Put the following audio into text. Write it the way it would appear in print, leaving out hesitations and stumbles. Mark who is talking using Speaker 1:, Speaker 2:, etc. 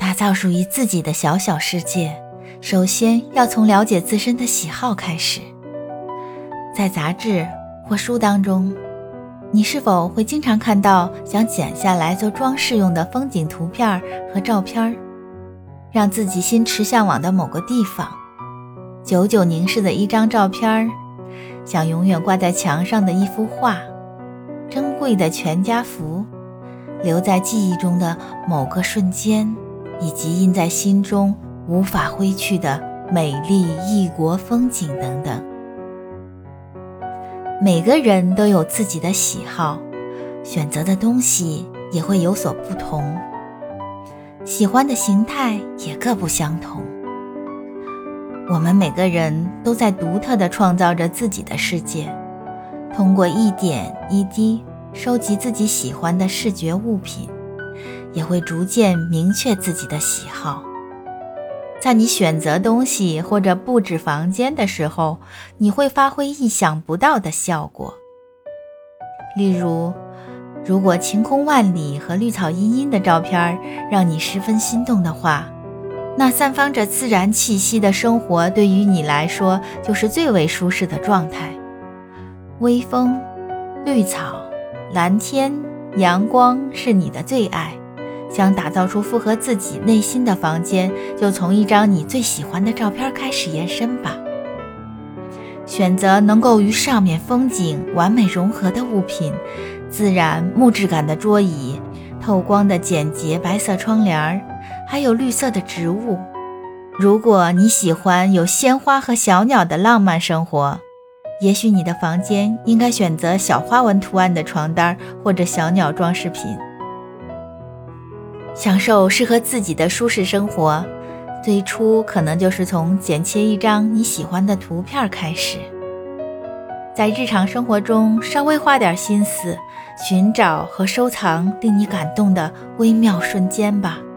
Speaker 1: 打造属于自己的小小世界，首先要从了解自身的喜好开始。在杂志或书当中，你是否会经常看到想剪下来做装饰用的风景图片和照片，让自己心驰向往的某个地方，久久凝视的一张照片，想永远挂在墙上的一幅画，珍贵的全家福，留在记忆中的某个瞬间，以及印在心中无法挥去的美丽异国风景等等。每个人都有自己的喜好，选择的东西也会有所不同，喜欢的形态也各不相同。我们每个人都在独特地创造着自己的世界，通过一点一滴收集自己喜欢的视觉物品，也会逐渐明确自己的喜好。在你选择东西或者布置房间的时候，你会发挥意想不到的效果。例如，如果晴空万里和绿草茵茵的照片让你十分心动的话，那散发着自然气息的生活对于你来说就是最为舒适的状态。微风、绿草、蓝天、阳光是你的最爱，想打造出符合自己内心的房间，就从一张你最喜欢的照片开始延伸吧。选择能够与上面风景完美融合的物品，自然木质感的桌椅，透光的简洁白色窗帘，还有绿色的植物。如果你喜欢有鲜花和小鸟的浪漫生活，也许你的房间应该选择小花纹图案的床单或者小鸟装饰品。享受适合自己的舒适生活，最初可能就是从剪切一张你喜欢的图片开始，在日常生活中稍微花点心思，寻找和收藏令你感动的微妙瞬间吧。